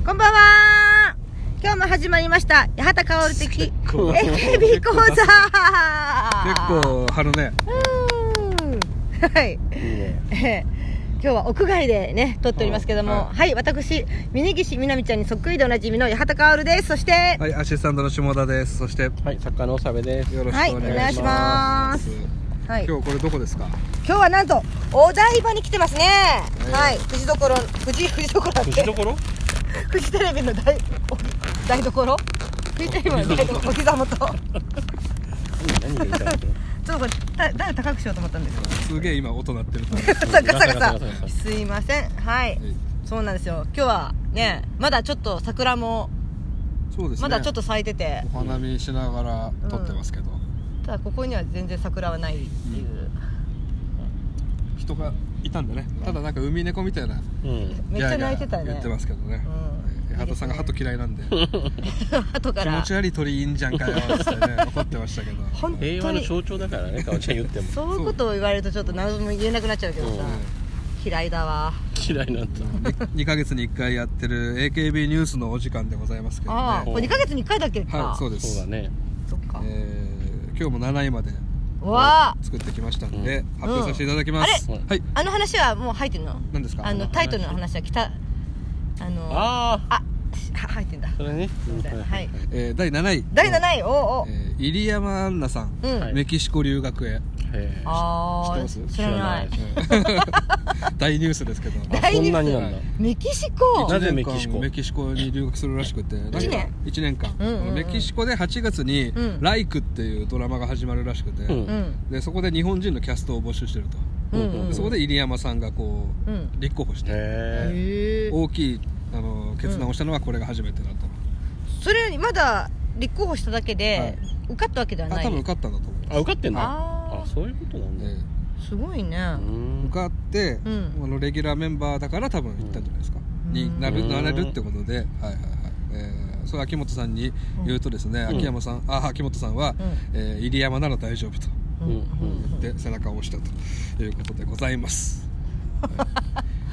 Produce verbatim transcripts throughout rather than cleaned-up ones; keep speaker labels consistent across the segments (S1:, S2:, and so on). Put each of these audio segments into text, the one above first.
S1: こんばんは。今日も始まりました八幡薫的 エーケービー 講座。
S2: 結構張るね。
S1: はい、えー、今日は屋外でね撮っておりますけども、はい、はい、私峯岸みなみちゃんにそっくりでおなじみの八幡薫です。そして
S2: はい、アシスタントの下田です。そして
S3: はい、作家の長部です。
S2: よろしくお願いします。はい、今日これどこですか？
S1: 今日はなんとお台場に来てますね。えー、はい、富士所富士富士所って富士所フジテレビの台台所フジテレビの台所お膝元。何何がちょっとこれ台を高くしようと思ったんですよ。
S2: すげえ今音鳴ってると
S1: ガサガサガサすいません。はい、そうなんですよ。今日はねまだちょっと桜も
S2: そうですね、
S1: まだちょっと咲いてて
S2: お花見しながら撮ってますけど、
S1: うん、ただここには全然桜はないっていう、
S2: うん、人がいたんでね。ただなんか海猫みたいな、うん、
S1: めっちゃ泣いてたね。
S2: 言ってますけどね。うん、八幡さんが鳩嫌いなんで
S1: 鳩から
S2: 気持ち悪い鳥いいんじゃんかよってね怒ってましたけど
S3: 本当に平和の象徴だからね、かおちゃん言っても
S1: そういうことを言われるとちょっと何も言えなくなっちゃうけどさ、うん、嫌いだわ。
S3: 嫌いなんだ。
S2: にかげつにいっかいやってる エーケービー ニュースのお時間でございますけどね。
S1: ああ、これにかげつにいっかいだっけか。
S2: はい、そうです。
S3: そうだね。
S1: そっか、
S2: えー、今日もなないまで作ってきましたんで、うん、発表させていただきます、
S1: うん、あれ、はい、あの話はもう入ってるの？
S2: 何ですか？
S1: あのタイトルの話は来た。あの
S3: あーあ
S1: 入ってんだ。
S3: それね。
S1: はい。
S2: えー、だいなない。
S1: だいなない。おお。
S2: えー、入山杏奈さん、うん、メキシコ留学へ。
S3: へ
S1: あ
S2: 知ってます？
S1: 知らない。
S2: 大ニュースですけど。
S1: 大ニュース。
S3: そんなになんだ。
S1: メキシコ。
S3: なぜメキシコ？
S2: メキシコに留学するらしくて。
S1: いちねん。
S2: いちねんかん。
S1: うんうんうん、
S2: メキシコではちがつに、うん、ライクっていうドラマが始まるらしくて、うん、でそこで日本人のキャストを募集してると。うんうんうん、でそこで入山さんがこう、うん、立候補して、
S1: へ
S2: 大きいあの決断をしたのはこれが初めてだと。
S1: それにまだ立候補しただけで、はい、受かったわけではない。
S2: あ、多分受かったんだと思う。
S3: あ、受かってんだ。
S1: あ
S3: あ、そういうことなんだ、ね、
S1: すごいね。
S2: 受かって、うん、あのレギュラーメンバーだから多分行ったんじゃないですか、うん、になるなれるってことで、はいはいはい、えー、それ秋元さんに言うとですね、うん、秋山さん、あ、秋元さんは、うん、えー、入山なら大丈夫と言って背中を押したということでございます。
S3: はい、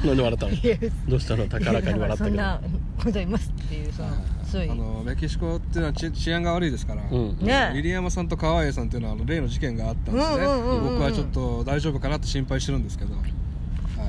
S3: なんで笑ったの？どうしたの？高らかに笑ったけど。
S1: そんなございますっていうさ、そういう
S2: あのメキシコっていうのは治安が悪いですから、うん、
S1: ね、
S2: 入山さんと川栄さんっていうのはあの例の事件があったんですね、うんうんうんうん、僕はちょっと大丈夫かなって心配してるんですけど、はい、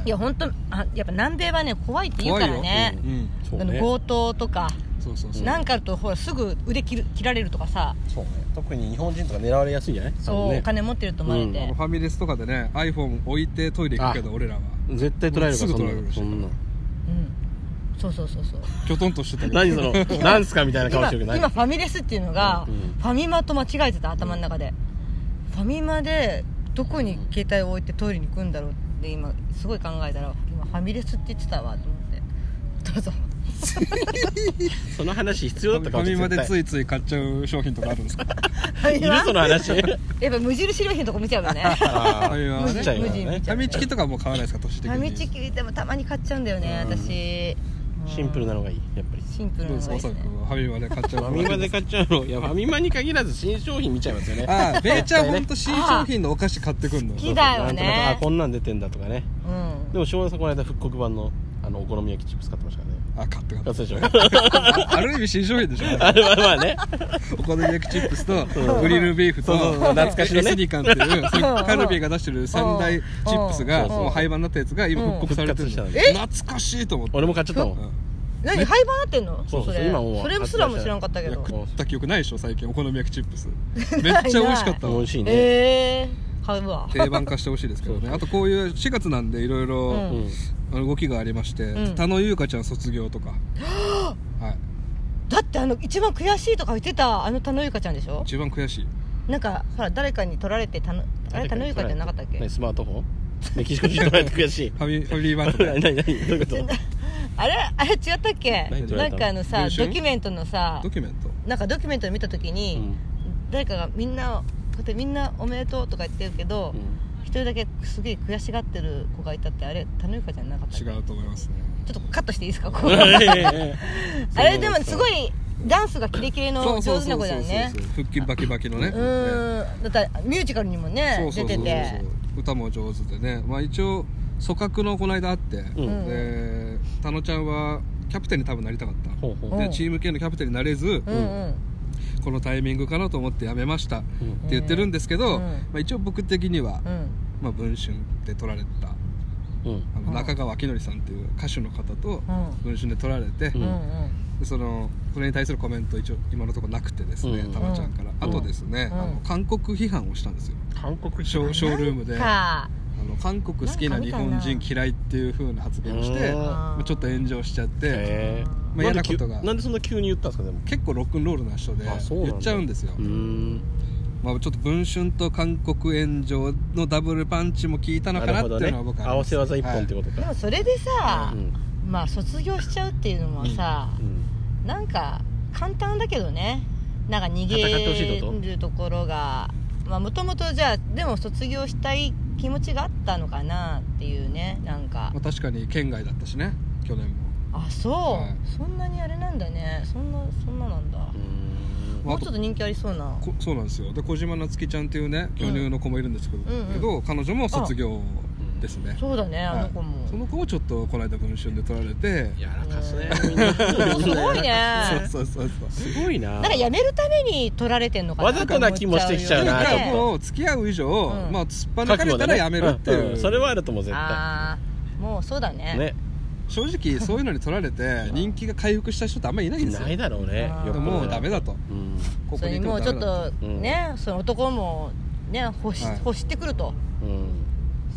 S1: いや本当あやっぱ南米はね怖いって言うからね、うん、あの強盗とか
S2: そうそうそう、
S1: なんかあるとほらすぐ腕切る切られるとかさ、
S3: そうね、特に日本人とか狙われやすいんじゃない？
S1: そう、ね、お金持ってると思われて、
S2: うん、ファミレスとかでね iPhone 置いてトイレ行くけど俺らは
S3: 絶対取られるから、
S2: すぐ取られる
S3: そんな、
S1: そうそうそうそう、
S2: きょとんとしてたけど
S3: 何その何すかみたいな顔してるけど、
S1: 今, 今ファミレスっていうのが、うん、ファミマと間違えてた頭の中で、うん、ファミマでどこに携帯を置いてトイレに行くんだろうって今すごい考えたら今ファミレスって言ってたわと思ってどうぞ
S3: その話必要だったかもしれない。
S2: ファミマでついつい買っちゃう商品とかあるんですか？
S3: いるその話
S1: やっぱ無印良品とか見ちゃうよね。
S2: あー
S1: 無印無印
S2: ファミチキとかも買わないですか？年的に
S1: ファミチキでもたまに買っちゃうんだよね、私。
S3: シンプルなのがいい、やっぱり
S1: シンプルなのがいいですね。
S2: ファミマで買っちゃう。
S3: ファミマで買っちゃうの。いやファミマに限らず新商品見ちゃいますよね。
S2: ああ、ベイちゃんほんと新商品のお菓子買ってくんの。
S1: 好きだよね。
S3: あ、こんなん出てんだとかね。
S1: うん。
S3: でも下田さんこの間復刻版のあのお好み焼きチップス買ってましたからね。
S2: あ、買って買って
S3: 買って
S2: ある意味新商品でしょ。
S3: あれはまあね。
S2: お好み焼きチップスとグリルビーフと
S3: 懐かしいね。
S2: エスニカンっていうカルビーが出してる三大チップスがもう廃盤になったやつが今復刻されてる。懐かしいと思って。
S3: 俺も買っちゃったもん。
S1: 何廃盤なってんの？
S3: そうそう、今もう
S1: それすらも知らんかったけど。
S2: 食った記憶ないでしょ最近お好み焼きチップス。めっちゃ美味しかった。
S3: 美味しいね。
S1: えー、買うわ。
S2: 定番化してほしいですけどね。あとこういうしがつなんでいろいろ動きがありまして、田野優香ちゃん卒業とか。はい。
S1: だってあの一番悔しいとか言ってたあの田野優香ちゃんでしょ？
S2: 一番悔しい。
S1: なんかほら誰かに取られてたのあれ田野優香ちゃんなかったっけ？
S3: スマートフォン？メキシコに取られて悔しい。
S2: ファミファミリーバンド。
S3: 何何何どういうこと？
S1: あれあれ違ったっけ？なんかあのさドキュメントのさ
S2: ドキュメント
S1: なんかドキュメントを見たときに、うん、誰かがみんなこうやってみんなおめでとうとか言ってるけど、一、うん、人だけすげえ悔しがってる子がいたってあれ田野優香ちゃんなかったっけ？
S2: 違うと思いますね。
S1: ちょっとカットしていいですか？こうあれでもすごいダンスがキレキレの上手な子だよね。
S2: 腹筋バキバキのね。
S1: うん。だってミュージカルにもね出てて
S2: 歌も上手でね。まあ一応組閣のこの間あって、うん、で田野ちゃんはキャプテンに多分なりたかった、
S3: ほうほう
S2: でチーム系のキャプテンになれず、うんうん、このタイミングかなと思って辞めました、うん、って言ってるんですけど、うんまあ、一応僕的には、うんまあ、文春で取られた、うん、あの中川明則さんっていう歌手の方と文春で取られて、うんうん、でそのそれに対するコメント一応今のところなくてですね、たま、うん、ちゃんから、うん、あとですね、うん、あの韓国批判をしたんですよ。韓国ショー、ショールームであの韓国好きな日本人嫌いっていう風な発言をして、まあ、ちょっと炎上しちゃって、まあ、嫌なことが
S3: なんでそんな急に言ったんですか。でも
S2: 結構ロックンロールな人で言っちゃうんですよ。うーん、まあ、ちょっと文春と韓国炎上のダブルパンチも効いたのかなっていうのは僕は、ね、
S3: 合わせ技一本ってことか、
S1: はい、でもそれでさ、うん、まあ卒業しちゃうっていうのもさ、うんうん、なんか簡単だけどね、なんか逃げるところがもともとじゃあでも卒業したい気持ちがあったのかなっていうね、なんか、
S2: まあ、確かに県外だったしね去年も。
S1: あ、そう、はい、そんなにあれなんだね、そんなそんななんだ。うーん、もうちょっと人気ありそうな。
S2: そうなんですよ。で小島なつきちゃんっていうね巨乳の子もいるんですけど、うんけど彼女も卒業ですね。
S1: そうだね、あの子も、
S2: はい、その子もちょっとこの間文春で取られて
S3: やらかすね、
S1: みんなすごいね
S2: そうそうそうそう
S3: すごいな。
S1: なんかやめるために取られてんのかな、
S3: わざとな気もしてきちゃうな。
S2: なんかもう付き合う以上、うん、まあ突っぱ抜かれたらやめるっていう、
S3: うんうん、それはあると思う絶対。
S1: あもうそうだ ね, ね
S2: 正直そういうのに取られて人気が回復した人ってあんまりいないんですよ。
S3: ないだろうね。
S2: でももうダメだと、うん、
S1: ここにいてもダメだと。それにもうちょっとね、うん、その男もね欲し、はい、欲してくると、うん、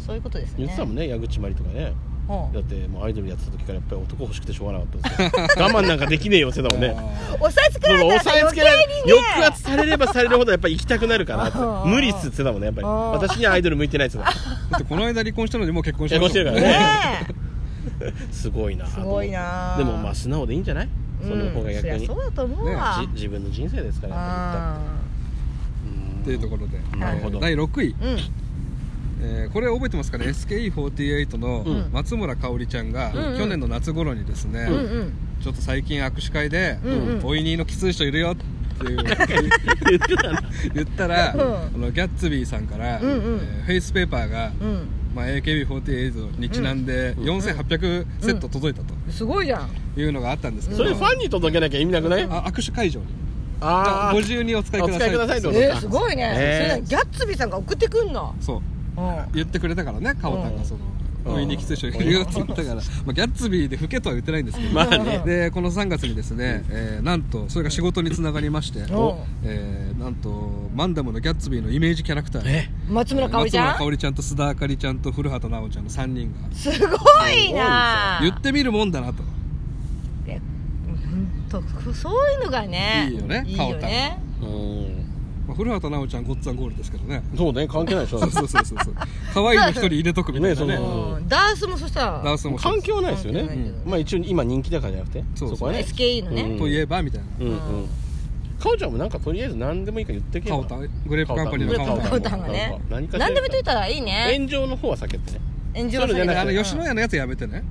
S1: そういうことですね。
S3: 言ってたもんね、矢口真理とかね、うん、だってもうアイドルやってた時からやっぱり男欲しくてしょうがなかったですよ我慢なんかできねえよって言ってたもんね
S1: 押さえつけられたら
S3: 抑えつけられる、ね、抑圧されればされるほどやっぱり行きたくなるからって無理っすって言ってたもんね。やっぱり私にはアイドル向いてないっすだ
S2: ってこの間離婚したのにもう結婚しました
S3: もんね。結婚してるからねすごいな。
S1: すごいな。
S3: でもまあ素直でいいんじゃない、うん、その方が逆に
S1: そうだと思うわ、
S3: ね、自分の人生ですからやっぱ
S2: りっていうところで、
S3: なるほど。
S2: だいろくい、うんえー、これ覚えてますかね、 エスケーイーフォーティーエイト の松村香織ちゃんが、うん、去年の夏頃にですね、うんうん、ちょっと最近握手会で、うんうん、おいにのきつい人いるよっていう言ったら、うん、あのギャッツビーさんから、うんうんえー、フェイスペーパーが、うんまあ、エーケービーフォーティーエイト にちなんでよんせんはっぴゃくセット届いたと、
S1: うん、すごいじゃん
S2: いうのがあったんですけど、
S3: それファンに届けなきゃ意味なくない？
S2: あ握手会場に
S3: あ
S2: ご自由にお使いくださいって
S3: ことか。
S1: えー、すごいね、えー、それギャッツビーさんが送ってくんの。
S2: そう、うん、言ってくれたからね、顔なんかそのおいにきつい人いるよって言ったから、まあ、ギャッツビーで老けとは言ってないんですけど、まあね、でこのさんがつにですね、えー、なんとそれが仕事につながりまして、えー、なんとマンダムのギャッツビーのイメージキャラクター、え
S1: 松村香織ちゃん、
S2: 松村香織ちゃんと須田あかりちゃんと古畑奈央ちゃんのさんにんが
S1: すごいな、
S2: 言ってみるもんだなと。
S1: えとそういうのがね
S2: いいよね、
S1: いいよね。
S2: まあ、古畑奈央ちゃんゴッツァンゴールですけどね。
S3: そうね、関係ないでしょ
S2: そうそうそうそう可愛いの一人入れとくみたいなね。
S1: ダースもそしたら
S2: ダースも
S3: 関係はないですよね、うん、まあ一応今人気だからじゃなくて、
S2: そうそう
S3: そこはね
S1: エスケーイー のね、
S2: うん、といえばみたいな、うんうん、
S3: かおちゃんもなんかとりあえず何でもいいから言ってけば、
S2: カオタングレープカンパニーの
S1: カオタンがね何でも言っといたらいいね。
S3: 炎上の方は避けてね。
S1: 炎上は避けて、
S2: あの吉野家のやつやめてね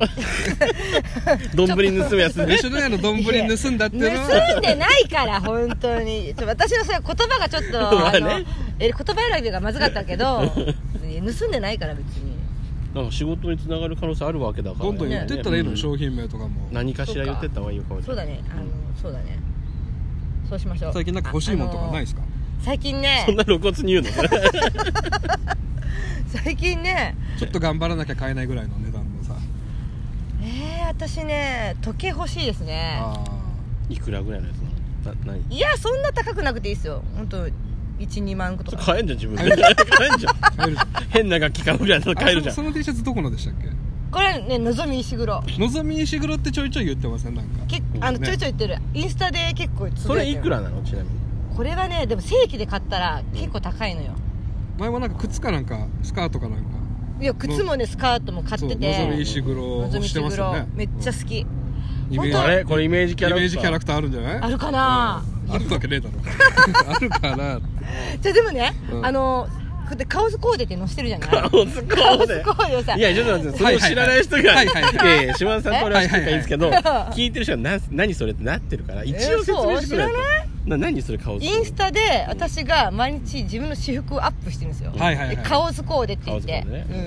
S3: どんぶり盗むやつね。
S2: 吉野家のどんぶり盗んだっていうのは
S1: 盗んでないから本当にちょ私のそれ言葉がちょっとあのえ言葉選びがまずかったけど盗んでないから別に
S3: なんか仕事につながる可能性あるわけだから、ね、
S2: どんどん言ってったらいいの、ね、商品名とかも
S3: 何かしら言ってった方がいいよ。
S1: そうだね、あのそうだね、そうしましょう。
S2: 最近なんか欲しいもんとかないですか？
S1: 最近ね
S3: そんな露骨に言うの
S1: 最近ね
S2: ちょっと頑張らなきゃ買えないぐらいの値段のさ、
S1: えー、私ね時計欲しいですね。
S3: あいくらぐらいのやつなの？な何？
S1: いやそんな高くなくていいですよ。本当いち、にまんとか
S3: 買えんじゃん自分で買えんじゃん変な楽器買うぐらいの買えるじゃん。
S2: そ, その T シャツどこのでしたっけ？
S1: これねのぞみ石黒。
S2: のぞみ石黒ってちょいちょい言ってません？なんか
S1: けあの、ね、ちょいちょい言ってる。インスタで結構
S3: それいくらなのちなみに？
S1: これはねでも正規で買ったら結構高いのよ。
S2: 前はなんか靴かなんかスカートかなんか
S1: いや靴もねスカートも買ってて
S2: のぞみ石黒してますよね。
S1: めっちゃ好き、
S2: うん、
S3: あれこれイメージキャラクター
S2: イメージキャラクターあるんじゃない？
S1: あるかな、
S2: うん、あるわけねえだろあるかな
S1: じゃあでもね、うん、あのカオスコーデって載せてるじゃない？カ
S3: オスコーデ
S1: カオスコーデをさ
S3: いやちょっと待ってそれを知らない人がはいはいはい、はい、島田さんと俺は知ってるからいいんですけど聞いてる人はな何それってなってるから一応説明してくれると、えー、な何それカオスコーデ。
S1: インスタで私が毎日自分の私服をアップしてるんですよ、
S2: はいはいはい、
S1: カオスコーデって言って、
S3: ね、
S1: うん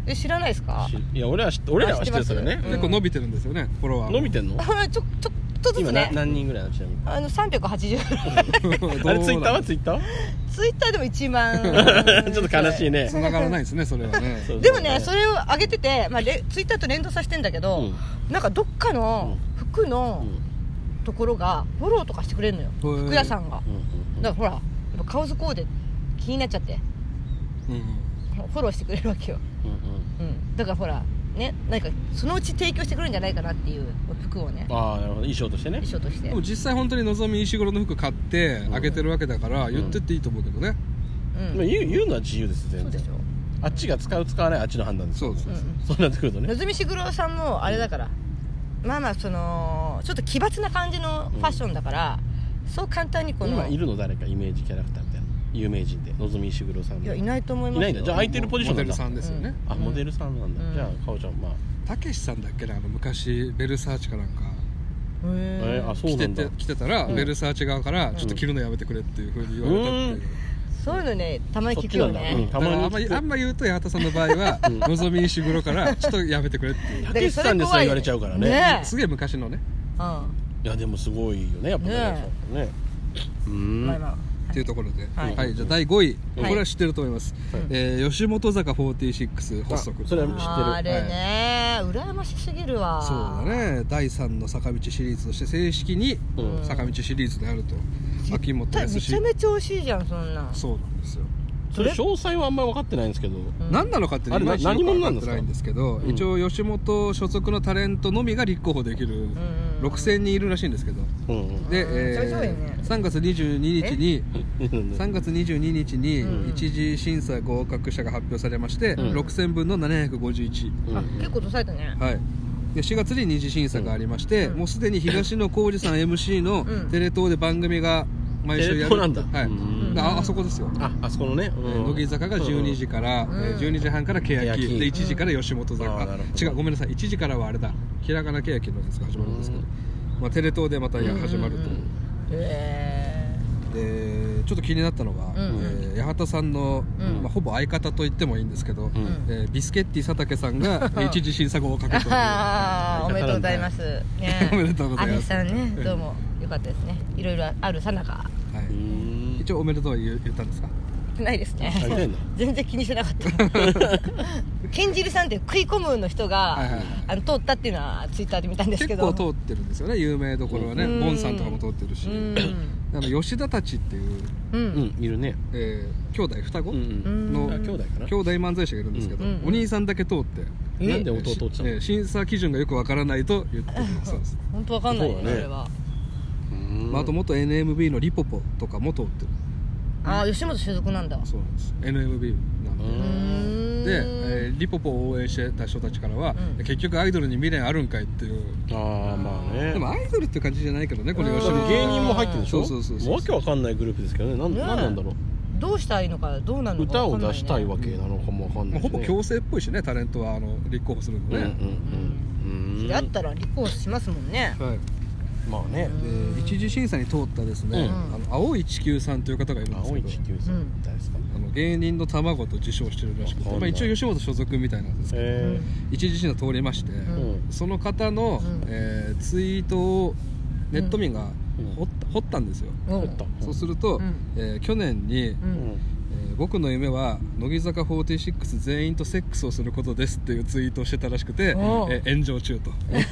S1: え知らないですか？
S3: いや俺は知って俺らは知ってるそれね。
S2: 結構伸びてるんですよねフォロワー。
S3: 伸びてんの？
S1: ちょちょっとずつね。
S3: 今何人ぐらいなのちなみに？
S1: あのさんびゃくはちじゅうぐらい。
S3: あれツイッターはツイッター？
S1: ツイッターでもいちまん。
S3: ちょっと悲しいね。
S2: 繋がらないですねそれはね。
S1: でもねそれを上げてて、まあレツイッターと連動させてんだけど、なんかどっかの服のところがフォローとかしてくれるのよ。服屋さんが。だからほらやっぱ顔図コーデ気になっちゃって、フォローしてくれるわけよ。だからほら。ね、なんかそのうち提供してくるんじゃないかなっていう服をね。
S3: ああなるほど衣装としてね。
S1: 衣装として。
S2: でも実際本当にのぞみ石黒の服買ってあげてるわけだから言ってっていいと思うけどね。
S1: うん。
S3: まあ、言う言うのは自由です全然。
S1: そうでしょ。
S3: あっちが使う使わないあっちの判断です。
S2: そうです。
S3: そうなってくるとね。
S1: のぞみ石黒さんもあれだから、まあまあそのちょっと奇抜な感じのファッションだから、うん、そう簡単にこの
S3: 今いるの誰かイメージキャラクターみたいな。有名人でのぞみ石黒さん。
S1: いやいないと思いますよ。
S3: いないんだ。じゃあ空いてるポジションなんだ。
S2: モデルさんですよね。
S3: あモデルさんなんだ。じゃあかおちゃんまあ。
S2: たけしさんだっけなあの昔ベルサーチかなんか
S3: えー、あそうなんだ
S2: 来てて来てたら、うん、ベルサーチ側からちょっと着るのやめてくれっていうふうに言われたっていう、うん、
S1: そういうのねたまに聞くよね、
S2: うん、たまにあんまりあんま言うと八幡さんの場合はのぞみ石黒からちょっとやめてくれっていう
S3: たけしさんでそう言われちゃうからね、
S1: ね
S2: すげえ昔のね、
S1: うん、
S3: いやでもすごいよねやっぱねね
S2: うんまあまあっていうところで、はいはい、じゃあだいごい、はい、これは知ってると思います、はいえー、吉本坂フォーティーシックス発足。
S3: それは知ってる。
S1: あれね、はい、羨ましすぎるわ。
S2: そうだねだいさんの坂道シリーズとして正式に坂道シリーズであると、うん、秋元康
S1: めちゃめちゃ惜しいじゃんそんな。
S2: そうなんですよ。
S3: それ詳細はあんまり分かってないんですけど、
S2: うん、何なのかって
S3: あれ何者なんですか？
S2: ないんですけど、うん、一応吉本所属のタレントのみが立候補できるろくせんにんいるらしいんですけど、うん、で、えーね、さんがつにじゅうににちにさんがつにじゅうににちに一次審査合格者が発表されまして、うん、ろくせんぶんのななひゃくごじゅういち、うん、
S1: あ結構とされたね。
S2: はいでしがつに二次審査がありまして、うん、もうすでに東野幸治さん エムシー のテレ東で番組が毎週やる。
S3: なんだ。
S2: はい。あ、あそこですよ。
S3: あ、あそこのね。
S2: 乃木坂がじゅうにじから、じゅうにじはんから欅でいちじから吉本坂。違うごめんなさい。いちじからはあれだ。ひらがな欅のやつが始まるんですけど、まあテレ東でまた始まると。へえ。でちょっと気になったのが、え八幡さんのまあほぼ相方と言ってもいいんですけど、えビスケッティ佐竹さんが一次審査合格と。
S1: ああおめでとうございます。ね。
S2: おめでとうございます。
S1: 阿部さんねどうも。よかったですね。いろいろあるさなか。
S2: はい。一応おめでとう言ったんですか？
S1: ないですね。全然気にしてなかった。ケンジルさんって食い込むの人があの通ったっていうのはツイッターで見たんですけど。
S2: 結構通ってるんですよね。有名どころはね。ボンさんとかも通ってるし。あの吉田たちっていう
S3: いるね。
S2: え兄弟双子の
S3: 兄弟かな。
S2: 兄弟漫才師がいるんですけど、お兄さんだけ通って。
S3: なんで弟通ったの？
S2: 審査基準がよくわからないと言ってるそうです。
S1: 本当わかんないね。それは。
S2: まあ、あと元 エヌエムビー のリポポとかも通ってる。
S1: ああ吉本所属なんだ。
S2: そうなんです エヌエムビー なんでで、えー、リポポを応援してた人たちからは、うん、結局アイドルに未練あるんかいっていう。
S3: ああまあね。
S2: でもアイドルって感じじゃないけどねこれ吉本。
S3: 芸人も入ってるでしょ。
S2: そうそうそうそう。
S3: わけわかんないグループですけどね。なん、ね、なんなんだろう。
S1: どうしたらいいのかどうなのか
S3: 歌を出したいわけなのかもわかんない、ね、
S2: ほぼ強制っぽいしねタレントはあの立候補するのね。うんうん
S1: うん。だったら立候補しますもんね。
S2: はい。
S3: まあね、
S2: で一次審査に通ったですね、うん、あの青い地球さんという方がいるんですけど、青い地球さん誰ですか、あの芸人の卵と自称してるらしくて、まあ、一応吉本所属みたいなんですけど、一次審査通りまして、うん、その方の、うんえー、ツイートをネット民が掘った、掘ったんですよ、うん、そうすると、うんえー、去年に、うんえー、僕の夢は乃木坂フォーティーシックス全員とセックスをすることですっていうツイートをしてたらしくて、えー、炎上中と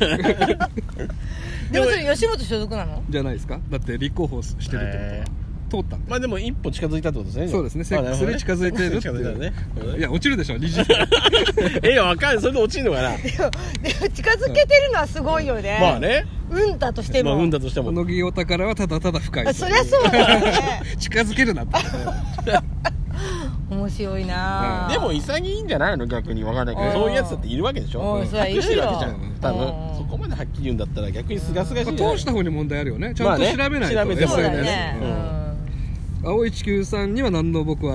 S1: でもそれ吉本所属なの？
S2: じゃないですか。だって立候補してるってことは通ったんで。
S3: まあでも一歩近づいたってことですね。
S2: そうですね。セックスに近づいてるっていう、ね、いや落ちるでしょ二次
S3: えわかんないそれで落ちるのかな。でも
S1: でも近づけてるのはすごいよね。
S3: まあね。
S1: うんだとしても。
S3: まあうんだとしても。
S2: 乃木お宝はただただ深い。
S1: そりゃそうだよね。
S2: 近づけるなって。
S1: 面白いな、
S3: うん、でも潔いんじゃないの逆に分かんないけどそういうやつだっているわけでしょ。
S1: 隠してるわけじゃん
S3: 多分そこまではっきり言うんだったら逆にすがすがしい、
S2: まあ、通した方に問題あるよね。ちゃんと調べないと、まあね、
S3: 調べてもらえない
S1: ね、
S2: うん、青い地球さんには何の僕は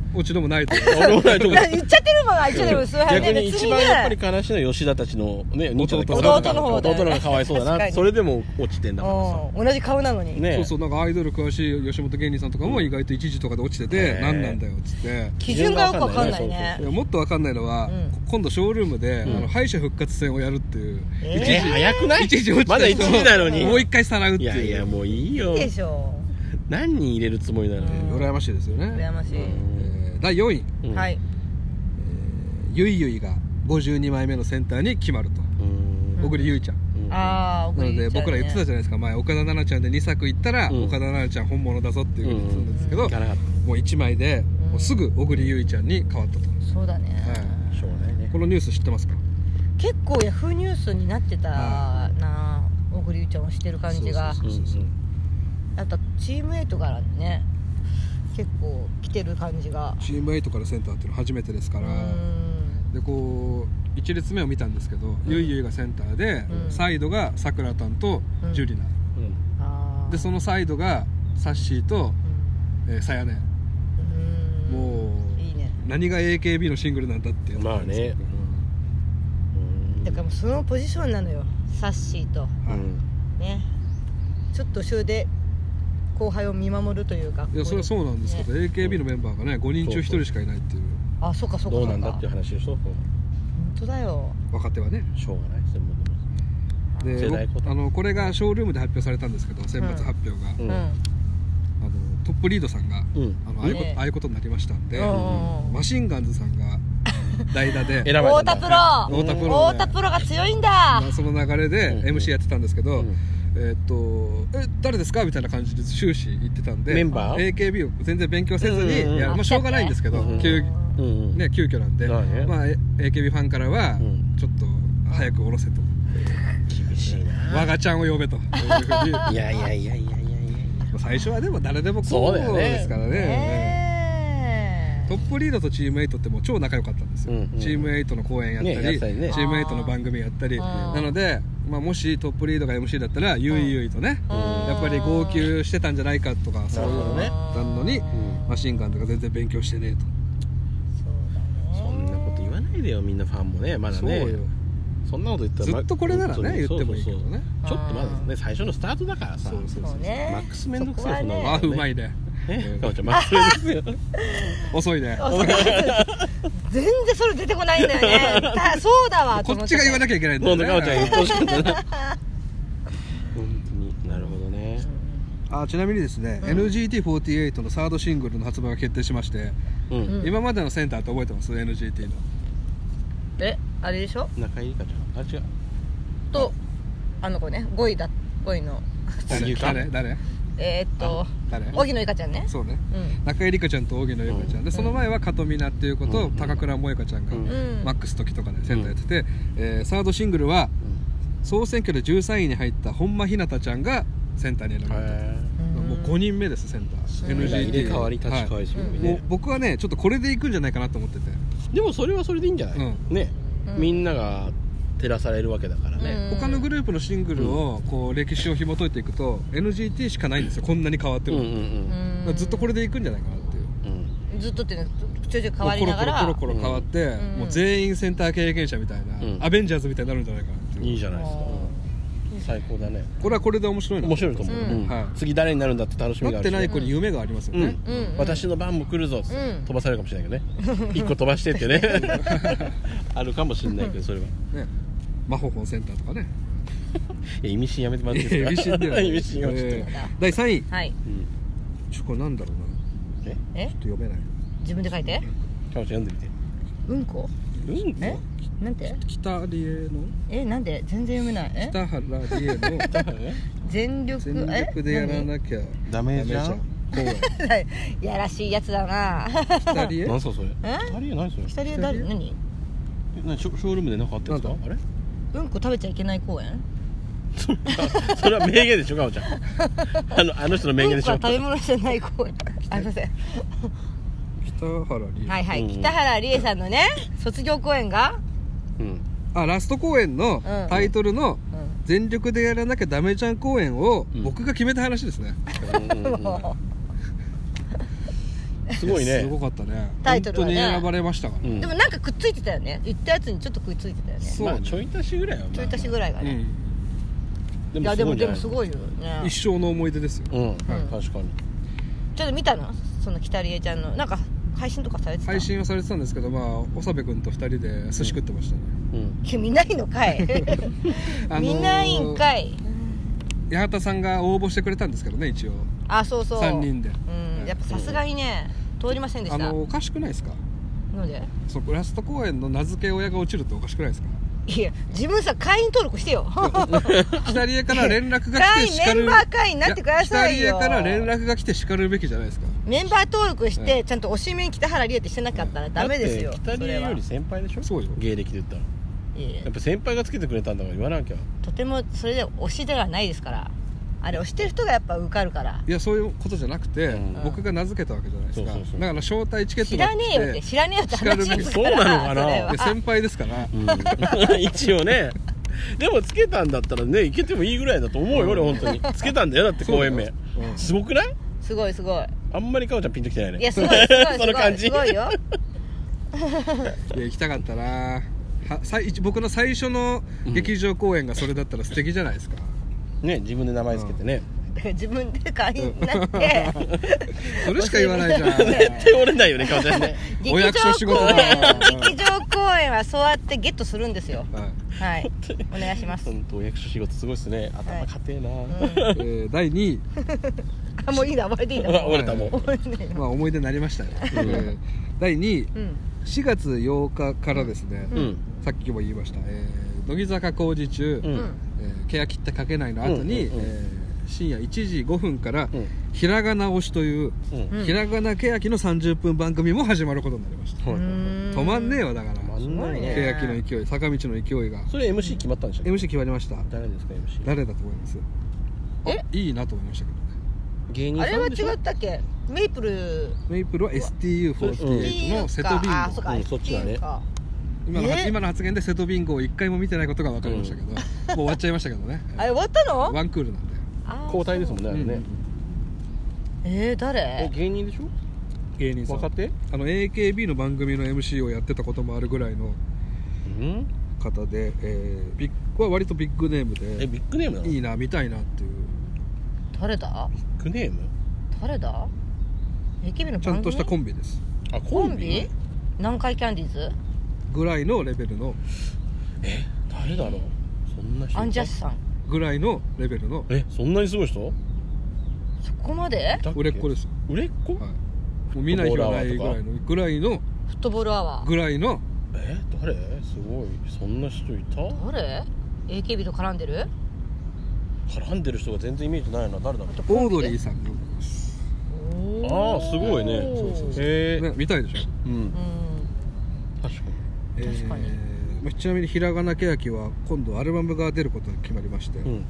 S2: 落ち度もないと
S3: 俺もないと思う。
S1: 言っちゃってるもんな、一応でも数杯ね。
S3: 逆に一番やっぱり悲しいのは吉田たちのね、兄ちゃん
S1: 弟の方だよね
S3: 弟のがかわいそうだな。それでも落ちてんだからさ。
S1: 同じ顔なのに。
S2: そうそう、なんかアイドル詳しい吉本芸人さんとかも意外と一時とかで落ちてて、何なんだよっつって。
S1: 基準がよくわかんないね。
S2: もっとわかんないのは、今度ショールームで敗者復活戦をやるっていう。
S3: 一時早くない？
S2: 一時落ちた
S3: まだ一時なのに。
S2: もう一回さらうっていう。
S3: いやいや、もういいよ。
S1: いいでしょ。
S3: 何人入れるつもりなのに。
S2: 羨ましいですよね。
S1: 羨ましい。
S2: だいよんい、
S1: はい、
S2: ゆいゆいがごじゅうにまいめのセンターに決まると。小栗ゆいちゃん。
S1: ああ、
S2: なので僕ら言ってたじゃないですか、前岡田奈々ちゃんでにさくいったら岡田奈々ちゃん本物だぞっていうふうに言ってたんですけど、もういちまいでもうすぐ小栗ゆいちゃんに変わったと。
S1: そうだね。
S3: しょうがないね。
S2: このニュース知ってますか？
S1: 結構ヤフーニュースになってたな、小栗ゆいちゃんをしてる感じが。あとチームエイトからね結構来てる感じが。
S2: チームエイトからセンターっていうのは初めてですから、でこういち列目を見たんですけど、ゆいゆいがセンターで、サイドがさくらたんとジュリナ、でそのサイドがサッシーとさやね。もういいね、何が エーケービー のシングルなんだっていう。
S3: まあね、
S1: だからもうそのポジションなのよ、サッシーとね。ちょっと後ろで後輩を見守るというか。
S2: いやそれはそうなんですけど、ね、エーケービー のメンバーがねごにん中ひとりしかいないっていう。
S1: あ、そうかそうか。
S3: どうなんだっていう話でしょ。本
S1: 当だよ。
S2: 若手はね
S3: しょうがないですよ。
S2: であのこれがショールームで発表されたんですけど、選抜発表が、うん、あのトップリードさんが、うん、あのああいうこと、ね、ああいうことになりましたんで、うん、マシンガンズさんが代打で
S1: 太田プロ
S2: 太田プロ、
S1: 太田プロが強いんだ。
S2: その流れで エムシー やってたんですけど、うんえー、っとえ誰ですかみたいな感じで終始言ってたんで、
S3: メンバー
S2: エーケービー を全然勉強せずに、うんうん、いやまあ、しょうがないんですけど、うんうん、急, ね、急遽なんで、うんまあ、エーケービー ファンからは、うん、ちょっと早く下ろせと、
S3: 厳しいな、
S2: 我がちゃんを呼べと
S3: いやいやいやいやいやいや、
S2: 最初はでも誰でもこうですからね、ね、トップリードとチームエイトってもう超仲良かったんですよ、うんうん、チームエイトの公演やったり、ねね、チームエイトの番組やったり、なのでまあ、もしトップリードが エムシー だったらゆいゆいとね、うん、やっぱり号泣してたんじゃないかとかそういうのねたのに、うん、マシンガンとか全然勉強してねえと。
S3: そうだね、そんなこと言わないでよ、みんなファンもね、まだね。そうよ、そんなこと言ったら
S2: ずっとこれならね言ってもいいけどね、
S3: ちょっとまだね最初のスタートだからさ。そうそうそう、ね、マックスめんどくさい、
S2: ね、あうまいね、
S3: えかおちゃんマックスめんどくさいよ
S2: 遅いね
S1: 全然それ出てこないんだよねそうだわ、
S2: こっちが言わなきゃいけないんだ
S3: よね。かおちゃん言ってほしかったな本当に。なるほどね。
S2: あちなみにですね、うん、エヌジーティーフォーティーエイト のサードシングルの発売が決定しまして、うん、今までのセンターって覚えてます？ エヌジーティー の
S1: えあれでしょ、
S3: 中井里香ちゃん、あ違う
S1: とあの子ね、ごいだごいの
S2: 誰誰誰
S1: えー、っと荻野由香ちゃんね。
S2: そうね、うん、中井里香ちゃんと荻野由香ちゃん、うん、でその前は加藤美奈っていう子と、うん、高倉萌香ちゃんが、うん、マックス時とかでセンターやってて、うんえー、サードシングルは、うん、総選挙でじゅうさんいに入った本間ひなたちゃんがセンターに選ばれたと。もうごにんめですセンター、 エヌジーティー
S3: 入れ替わり立ち替わりする、
S2: はい、もう僕はねちょっとこれでいくんじゃないかなと思ってて。
S3: でもそれはそれでいいんじゃない、うん、ね、うん、みんなが照らされるわけだからね、
S2: うん、他のグループのシングルをこう歴史を紐解いていくと エヌジーティー しかないんですよ、こんなに変わってるの、うんうんうん、ずっとこれでいくんじゃないかなっていう、
S1: うん、ずっとっていうのはちょいちょい変わりながら
S2: コロコロコロコロ変わって、うん、もう全員センター経験者みたいな、うん、アベンジャーズみたいになるんじゃないかなっていう。
S3: いいじゃないですか、最高だね。
S2: これはこれで面白いの
S3: 面白いと思う、うんうんはい、次誰になるんだって楽しみがあるし、
S2: なってない子に夢がありますよね、
S3: うんうんうん、私の番も来るぞ、うん、飛ばされるかもしれないけどね一個飛ばしてってねあるかもしれないけど、それはね
S2: マホホンセンターとかね
S3: 意味深やめてもらっていいですか。
S2: 意味深では
S3: 意味深、
S2: えー、だいさんい、
S1: はい、
S2: うん、ちょこれなんだろうな、えちょっと読めない。
S1: 自分で書いて。
S3: かおちゃん読んでみて。
S1: うんこ
S3: うんこ
S1: えなんて
S2: 北理恵の
S1: えなんで全然読めない。え
S2: 北原理恵の
S1: 全力
S2: 全力でやらなきゃ
S3: ダメじゃん
S1: やらしいやつだな。
S2: 北理恵
S3: 何すかそれ。北理恵何それ。
S1: 北理恵誰何
S3: 何ショールームで何かあってんですか。あれ
S1: うんこ食べちゃいけない公園
S3: それは名言でしょかおちゃんあのあの人の名言でしょ。
S1: うんこは食べ物じゃない公園あすいません
S2: 北原理恵
S1: はいはい、うん、北原理恵さんのね卒業公演が、
S2: うん、あラスト公演のタイトルの、うん全力でやらなきゃダメじゃん公演を僕が決めた話ですね、うん、
S3: すごいね。
S2: すごかったね。
S1: タイトルはね
S2: 本当に選ばれましたから、
S1: うん、でもなんかくっついてたよね。言ったやつにちょっとくっついてたよね。
S3: そう、まあ、ちょい足しぐらいは、まあ、
S1: ちょい足しぐらいがね、うん、いやでもでもすごいよね。
S2: 一生の思い出ですよ。
S3: うん、はい、確かに。
S1: ちょっと見たのその北里江ちゃんのなんか配信とかされてた。
S2: 配信はされてたんですけど、まあ長部君と二人で寿司食ってましたね。
S1: うんうん、いや見ないのかい見ないんかい。
S2: 八幡さんが応募してくれたんですけどね、一応。
S1: あ、そうそう、
S2: さんにんで、
S1: うん、やっぱさすがにね、うん、通りませんでした。
S2: あのおかしくないですか。
S1: なんで
S2: そうラスト公演の名付け親が落ちるっておかしくないですか。
S1: いや自分さ会員登録してよ
S2: 北里江から連絡が来て叱る
S1: メンバー会員になってくださいよ。
S2: 北里江から連絡が来て叱るべきじゃないですか。
S1: メンバー登録して、はい、ちゃんと推しメン北原理恵ってしてなかったらダメですよ。
S3: 北里江より先輩でしょ。そうよ、芸歴で言ったら。いややっぱ先輩がつけてくれたんだから言わなきゃ。とてもそれで推しではないですから。あれ推してる人がやっぱ受かるから。
S2: いやそういうことじゃなくて、うん、僕が名付けたわけじゃないですか。そうそうそう、だから招待チケット
S1: 知らねえよって知らねえよって話ですから。
S3: そうなのかな。
S2: 先輩ですから、
S3: うん、一応ね。でもつけたんだったらね、いけてもいいぐらいだと思うよ、俺、うん、本当につけたんだよ。だって公演名、うん、すごくない？
S1: すごいすごい。
S3: あんまりかおちゃんピンときてないね。
S1: いやすごいすごいすごい
S3: その感じ
S1: すごいよ。いや
S2: 行きたかったな。は僕の最初の劇場公演がそれだったら素敵じゃないですか、
S3: うん、ね、自分で名前つけてね、
S1: うん、自分で会員になって
S2: それしか言わないじゃん。
S3: 絶対折れないよね、かおちゃんね。
S2: お役所仕事だ。
S1: 劇場公演はそうやってゲットするんですよ。はい、はい、お願いします。
S3: 本当お役所仕事すごいですね。頭固えな、はい、
S2: えー、だいにい
S1: あ、もういいな、折れていいな。
S3: 折れたもう、
S2: まあ思い出になりましたよ、えー、だいにい、うん、しがつようかからですね、うん、さっきも言いました、えー、乃木坂工事中、うん、えー、ケヤ切って書けないの後に、うんうんうん、えー、深夜いちじごふんから、うん、ひらがな推しという、うん、ひらがなケヤキのさんじゅっぷん番組も始まることになりました。止まんねえわ、だからケヤキの勢い、坂道の勢いが。
S3: それ エムシー 決まったんでしたっけ？
S2: エムシー 決まりました。
S3: 誰ですか エムシー？
S2: 誰だと思います？え、いいなと思いましたけどね。
S3: 芸人さんでしょ？
S1: あれは違ったっけ？メイプル
S2: メイプルは エスティーユーフォーティーエイト の瀬戸ビンゴ。
S1: あ、そうか、うん、そっちだね。
S2: 今の、今の発言で瀬戸ビンゴを一回も見てないことが分かりましたけど、うん、もう終わっちゃいましたけどね。
S1: あれ終わったの？
S2: ワンクールなんで
S3: 交代ですもんね、あれね、うん、
S1: えー、誰？
S3: え、芸人でしょ？
S2: 芸人さん。
S3: 若手？
S2: あの エーケービー の番組の エムシー をやってたこともあるぐらいの方で、えー、ビッグは割とビッグネームで、
S3: え、ビッグネームなの？
S2: いいな、見たいなっていう。
S1: 誰だ？
S3: ビッグネーム？
S1: 誰だ？ エーケービー の番組？
S2: ちゃんとしたコンビです。
S3: あ、コンビ？
S1: 南海キャンディーズ
S2: ぐらいのレベルの。
S3: え、誰だろう？そんな人？
S1: アンジャッシュさん
S2: ぐらいのレベルの。
S3: え、そんなにすごい人？
S1: そこまで？
S2: 売れっ子ですよ。
S3: 売れっ子？はい、
S2: もう見ない日はないぐらいのぐらいの
S1: フットボールアワー
S2: ぐらいの。
S3: え、誰？すごい、そんな人いた？
S1: 誰？ エーケービー と絡んでる？
S3: 絡んでる人が全然イメージないな。誰だろう？
S2: オードリーさんの。
S3: ああ、すごいね。そうそうそう、
S2: えーね、見たいでしょ。うん、うん、
S3: 確かに、
S2: えー、確かに。ちなみにひらがなけやきは今度アルバムが出ることが決まりまして、うん、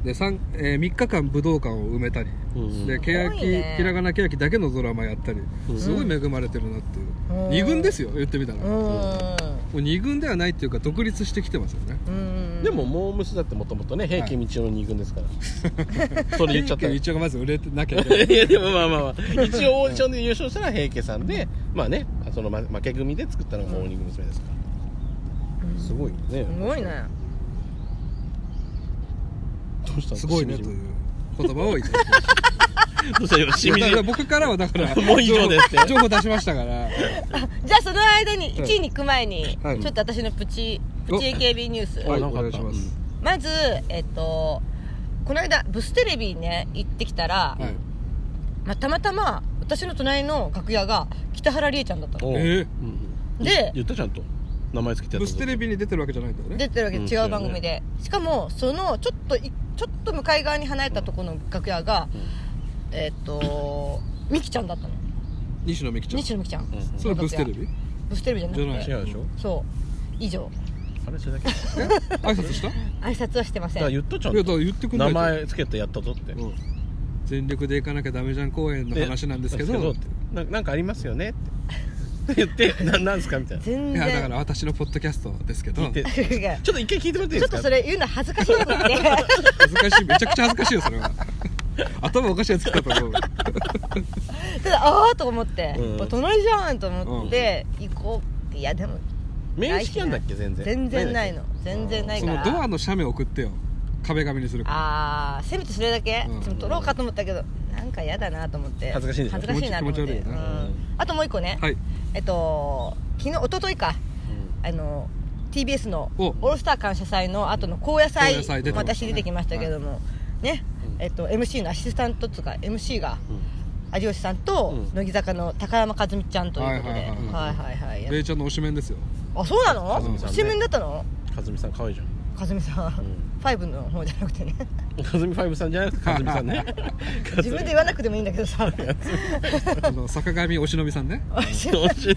S2: で、えー、みっかかん武道館を埋めたり、うん、でけやき、ひらがなけやきだけのドラマやったり、うん、すごい恵まれてるなっていう、うん、に軍ですよ、言ってみたら、うん、もうに軍ではないっていうか独立してきてますよね。
S3: うん、でもモームスだってもともとね平家道夫のに軍ですから、はい、それ言っちゃったら平
S2: 家道夫がまず売れてなきゃいけない
S3: いやでもまあまあまあ一応オーディションで優勝したのは平家さんで、まあね、その負け組で作ったのがモーニング娘。ですから、すごいね。
S1: すごいね。
S3: どうしたの？
S2: すごいねという言葉をいただきました。
S3: どうしたよ？しみじ。
S2: 僕からはだから
S3: もう以上ですって
S2: 情報出しましたから。
S1: じゃあその間にいちいに行く前に、はい、ちょっと私のプチプチ エーケービー ニュース。
S2: はい、お願いします。
S1: まずえっとこの間ブステレビね行ってきたら、はい、まあたまたま私の隣の楽屋が北原理恵ちゃんだったの。
S2: え
S1: ー、で
S3: 言ったちゃんと。名前つけてやった。
S2: ブステレビに出てるわけじゃないんだよね。
S1: 出てるわけ、うん、違う番組で、しかもそのちょっとちょっと向かい側に離れたところの楽屋が、うん、えー、っとミキちゃんだったの。
S2: 西野ミキちゃん。
S1: 西野ミキちゃん、うん、
S2: それブステレビ？
S1: ブステレビじゃなくて。
S3: 違うでしょ。
S1: そう以上。
S3: あれそれだけ
S2: 挨拶した？
S1: 挨拶はしてません。
S3: だから言ったちゃんと。
S2: いやだから言ってくんないと。
S3: 名前つけてやったぞって、うん、
S2: 全力で行かなきゃダメじゃん公演の話なんですけど
S3: な, なんかありますよねって言ってななんですかみたいな。
S1: 全然。
S2: いやだから私のポッドキャストですけど。ちょっと
S3: 一回聞いてもらっていいですか。
S1: ちょっとそれ言うの恥ずかしいこと言って。
S2: 恥ずかしい、めちゃくちゃ恥ずかしいよそれは。頭おかしいやつ来たと思う。
S1: ただああと思って、うん、隣じゃんと思って、うん、行こう。いやでも
S3: 面識なんだっけ。全然
S1: 全然ないの。全然ないから。
S2: そのドアの写メ送ってよ。壁紙にするから。
S1: ああせめてそれだけ、うん、撮ろうかと思ったけどなんか嫌だなと思って。
S3: 恥ずかしいんでしょ。
S1: 恥ずかしいなと思って。うん、あともう一個ね、はい、えっと昨日一昨日か、うん、あの ティービーエス のオールスター感謝祭の後の高野祭、ね、私出てきましたけども、はい、ね、えっと エムシー のアシスタントとか エムシー が、うん、有吉さんと、うん、乃木坂の高山和美ちゃんということで、はいはいはい。
S2: レイちゃんの推しメンですよ。
S1: あ、そうなの？推しメンだったの？
S3: 和美さん可愛いじゃん。
S1: 和美さん、うん、ファイブの方じゃなくてね。
S3: 和美ファイブさんじゃなくて和美さんね。
S1: 自分で言わなくてもいいんだけどさ。
S2: あの坂上おしのびさんね。
S3: おしのびさん。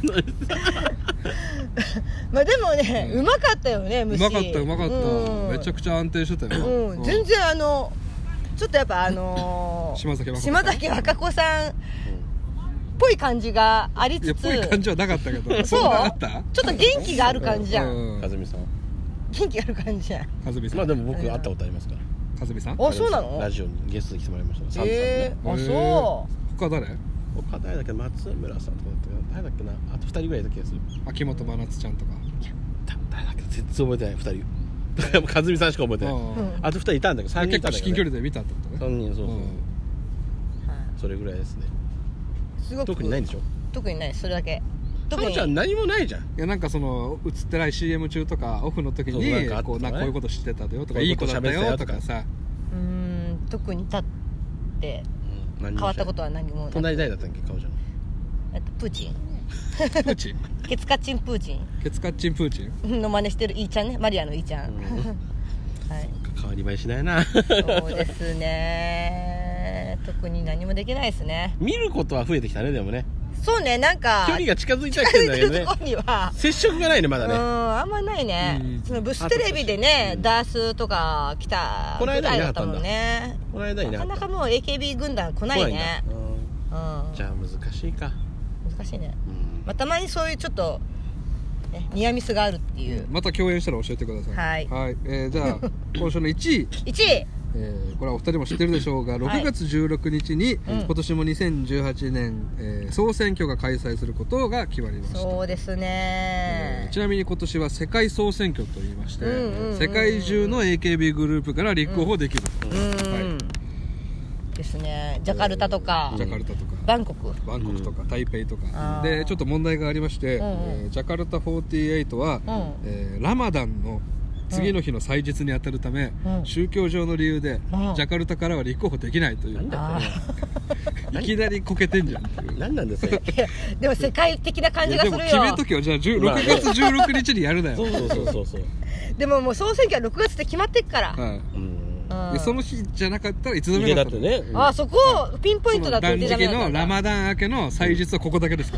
S1: まあでもね、うまかったよね。
S2: うまかったうまかった、うん。めちゃくちゃ安定してたよ。
S1: うん、全然あのちょっとやっぱあのー、島崎和歌子さん。島崎和歌子さん。ぽい感じがありつつ、
S2: ぽい感じはなかったけど、
S1: そうあった？ちょっと元気がある感じじゃん。
S3: 和美さん。
S1: 元気がある感じじゃん。
S2: 和美さん。
S3: まあでも僕会ったことありますから。
S2: 和美さん？
S1: あ、そうなの？
S3: ラジオにゲストに来てもらいました。
S1: えー、あ、そう。
S2: 他誰？
S3: 他誰だっけ？松村さんとかだったかな。誰だっけな。あとふたりぐらいだった気がする。
S2: 秋元真夏ちゃんとか。
S3: 誰だっけ？全然覚えてないふたり。和美さんしか覚えてない。あとふたりいたんだけどさんにんいたんだけど。
S2: 結構至近距離で見たってことね。
S3: さんにんそうそう。それぐらいですね。特にないんでしょ？
S1: 特にない、それだけ。
S3: かおちゃん何もないじゃん。い
S2: やなんかその映ってない シーエム 中とかオフの時にこうなんかこういうことしてたよとかいい子だったよとかさ。
S1: うーん、特に立って変わったことは何も。
S3: 隣誰だったっけかおちゃん。
S1: えっとプーチン。
S2: プーチン。
S1: ケツカッチンプーチン。
S2: ケツカッチンプーチン
S1: の真似してるイーちゃんね、マリアのイーちゃん。はい。
S3: 変わり映えしないな。
S1: そうですね。特に何もできないですね。
S3: 見ることは増えてきたねでもね。
S1: そうね、なんか
S3: 距離が近づいてきてるんだけどね。
S1: 近づいてるとこには
S3: 接触がないねまだね。
S1: うん、あんまないね。そのブステレビでね、ダースとか来たぐらいだったもんね。
S3: この間いな
S1: かったんだ。なかなかもう エーケービー 軍団来ないね。
S3: うん。じゃあ難しいか。
S1: 難しいね。まあたまにそういうちょっとねニアミスがあるっていう。
S2: また共演したら教えてください。
S1: はい。
S2: はい。えー、じゃあ今週のいちい。
S1: いちい。
S2: えー、これはお二人も知ってるでしょうが、ろくがつじゅうろくにちに、はい、今年もにせんじゅうはちねん、えー、総選挙が開催することが決まりました。
S1: そうですね、
S2: えー、ちなみに今年は世界総選挙といいまして、うんうんうん、世界中の エーケービー グループから立候補できると、うん
S1: はい、ですね。ジャカルタとか、
S2: えー、ジャカルタとか
S1: バンコク
S2: バンコクとか、うん、台北とかでちょっと問題がありまして、うんうんえー、ジャカルタよんじゅうはちは、うんえー、ラマダンの次の日の祭日に当たるため、うん、宗教上の理由で、うん、ジャカルタからは立候補できないという。いきなりこけてんじゃんっていう。
S3: 何なんですか。
S1: でも世界的な感じがするよ。で
S2: も決めとけよ。じゃあろくがつじゅうろくにちにやるなよ。
S3: そうそうそうそう。
S1: でももう総選挙はろくがつって決まってっから。はい。
S2: うん、でその日じゃなかったらいつでもよかった。
S3: ね。
S1: あそこをピンポイントだと
S2: 断食のラマダン明けの祭日はここだけですから。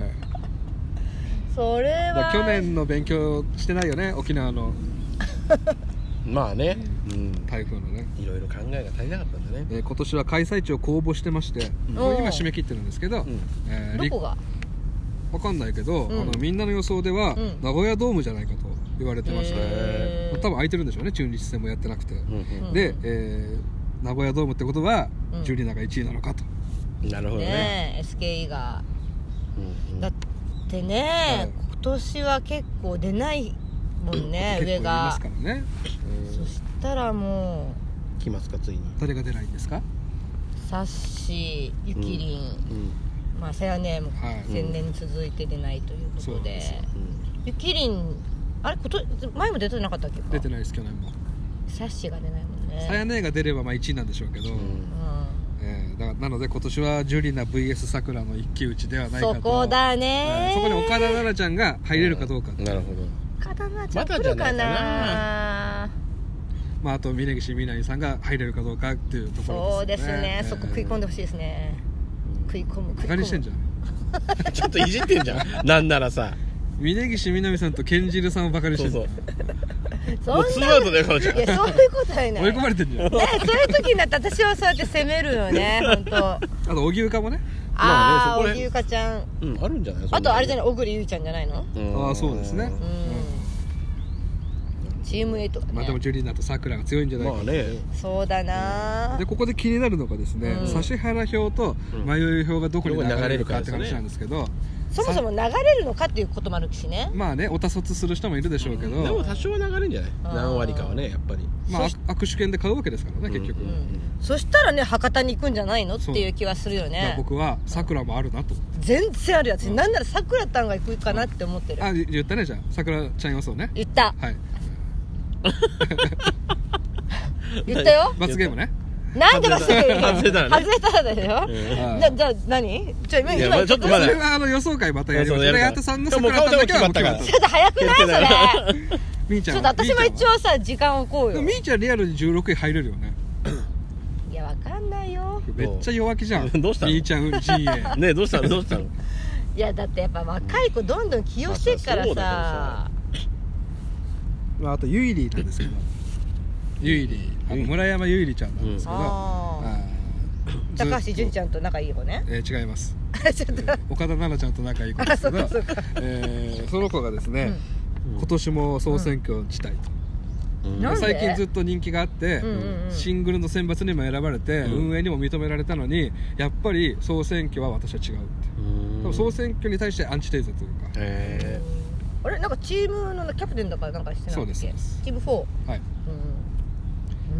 S1: それは。
S2: 去年の勉強してないよね沖縄の。
S3: まあね、
S2: うん、台風のね
S3: いろいろ考えが足りなかったんだね、
S2: えー、今年は開催地を公募してまして、うん、今締め切ってるんですけど、うん
S1: えー、どこが
S2: 分かんないけど、うん、あのみんなの予想では、うん、名古屋ドームじゃないかと言われてまして、多分空いてるんでしょうね中日戦もやってなくて、うんうん、で、えー、名古屋ドームってことは、うん、ジュリナがいちいなのかと。
S3: なるほどね
S1: ね エスケーイー が、うんうん、だってね、はい、今年は結構出ないもんね上がますからね、えー、そしたらも
S3: う来ますかついに。
S2: 誰が出ないんですか。
S1: サッシー、ゆきりん、うんうんまあ、さやねも前年に続いて出ないということで、はいうん、ゆきりんあれこと前も出てなかったっけか。
S2: 出てないです去年も。
S1: サッシーが出ないもんね。
S2: さやねが出ればまあいちいなんでしょうけど、うんえー、だなので今年はジュリナ ブイエス さくらの一騎打ちではないかと。
S1: そこだね、
S2: そこに岡田奈々ちゃんが入れるかどうか、
S3: うん、なるほど。
S1: 岡田奈々ちゃん来るかな、ま
S2: まあ、あと峯岸みなみさんが入れるかどうかっていうところですね。
S1: そうですね、えー、そこ食い込んでほしいですね。食い込む食い込む。
S2: バカにしてんじゃん
S3: ちょっといじってんじゃんなんならさ
S2: 峯岸みなみさんとケンジルさんをバカにしてんじゃん。
S1: そ
S3: もうツーアウトだよ彼女。
S1: いやそういうことはない
S2: 追い込まれてんじゃん、
S1: ね、そういう時になって私はそうやって攻めるよね本当。あ
S2: と荻生かもね。
S1: ああ、荻生かちゃん、
S3: うん、あるんじゃない。
S1: あとあれじゃない小栗優ちゃんじゃないの。
S2: ああそうですね、うん
S1: チーム A とかね。
S2: まあでもジュリーナとさくらが強いんじゃないか、まあね、
S1: そうだな。
S2: でここで気になるのがですね、うん、指原表と迷い表がどこに流れるかって話なんですけど、うん、
S1: そもそも流れるのかっていうこともあるしね。
S2: まあね、おたそつする人もいるでしょうけど、うん、
S3: でも多少は流れるんじゃない、何割かはね、やっぱり。
S2: まあ握手券で買うわけですからね、結局、うんうんうん、
S1: そしたらね、博多に行くんじゃないのっていう気はするよね。
S2: 僕はさくらもあるなと。
S1: 全然あるやつ、うん、なんならさくらたんが行くかなって思ってる、うん、
S2: あ、言ったね。じゃあさくらちゃん予想ね。
S1: 言った、
S2: はい
S1: 言ったよ。
S2: 罰ゲームね。
S1: なんで罰ゲーム
S3: 外れたらね、
S1: 外れたらだよ、うん、じゃじゃあ何ちょ今今
S3: ちょっとまだ
S2: それはあの予想会またやりましょう。八幡さんのさくらたんだけはもう決まった。
S1: ちょっと早くないそれ
S2: みーちゃん、
S1: ちょっと私も一応さ時間を置こうよ。
S2: みーちゃんリアルにじゅうろくい入れるよね。
S1: いやわかんないよ。
S2: めっちゃ弱気じゃん。
S3: どうしたの
S2: みーちゃん ジーエー
S3: ねえ、どうしたのどうしたの。い
S1: やだってやっぱ若い子どんどん起用してっからさ、
S2: まあ、あとゆいりーなんですけど、ゆいりー、あの村山ゆいりちゃんなんですけど、うん、あ
S1: 高橋樹ちゃんと仲いい子ね。
S2: えー、違いますちょっと、えー、岡田奈々ちゃんと仲いい子ですけど、そ, えー、その子がですね、うん、今年も総選挙自体と、うん、最近ずっと人気があって、うんうんうん、シングルの選抜にも選ばれて、うん、運営にも認められたのに、やっぱり総選挙は私は違うって、うん、総選挙に対してアンチテーゼというか、
S3: へ
S1: ー、あれなんかチームのキャプテンだからなんかしてないっけ。
S2: そうです、
S1: チームフォー、
S2: はい、うん、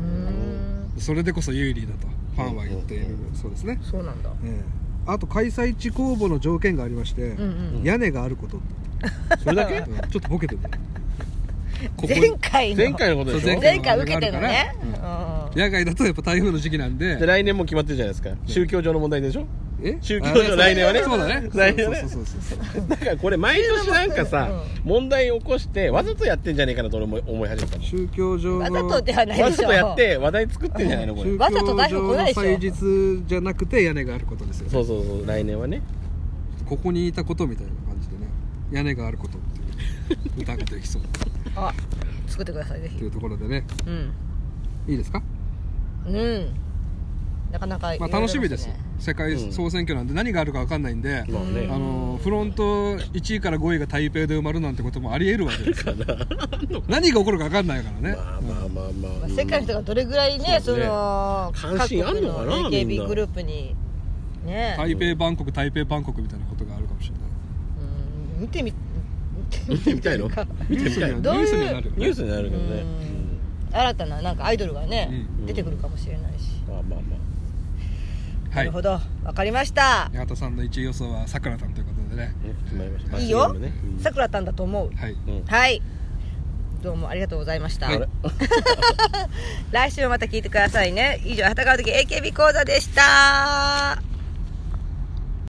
S2: うん、それでこそ有利だとファンは言っている、うん、そうですね。
S1: そうなんだ、
S2: えー、あと開催地公募の条件がありまして、うんうん、屋根があること、
S3: それだけ、
S2: うん、ちょっとボケてる
S1: ここ前回の
S3: 前回のことでしょ。
S1: 前回受けてるのね、うん、
S2: 野外だとやっぱ台風の時期なんで、
S3: で来年も決まってるじゃないですか、ね、宗教上の問題でしょ。
S2: え
S3: 宗教上来年はね、
S2: そうだね、
S3: 来年はね、
S2: そうそうそうそう、
S3: だからこれ毎年なんかさ、うん、問題起こしてわざとやってんじゃねえかなと俺も思い始めたの。
S2: 宗教上の
S1: わざとではないでしょ。
S3: わざとやって話題作ってんじゃないのこれ。
S1: わざと台風来ないでしょ。
S2: 祭日じゃなくて屋根があることですよね。
S3: そうそうそう、来年はね、
S2: ここにいたことみたいな感じでね、屋根があることっていう歌ができそう
S1: あ、作ってくださいぜひ
S2: というところでね、
S1: うん、
S2: いいですか。
S1: うん、なかなか、ね、
S2: まあ、楽しみです。世界総選挙なんで何があるか分かんないんで、うん、あのフロントいちいからごいが台北で埋まるなんてこともあり得るわけですから何が起こるか分かんないからね。
S3: まあまあまあまあ、
S1: まあ、世界の人がどれぐらいね、その
S3: 関心あるのかな、
S1: エーケービー グループにね、
S2: 台北バンコク台北バンコクみたいなことがあるかもしれない。
S1: うん、見てみ
S3: 見てみたいの見てみたいの
S2: ニュースになるよね。
S3: ニュースになるけどね、
S1: 新たななんかアイドルがね、うん、出てくるかもしれないし、
S3: まあまあまあ、
S1: なるほど、わかりました。
S2: 八幡さんのいちい予想はさくらたんということでね、
S3: 決まりました。
S1: いいよ、さくらたんだと思う。
S2: はい、
S1: うん、はい、どうもありがとうございました、はい、来週もまた聞いてくださいね。以上、はたかわ的 エーケービー 講座でした。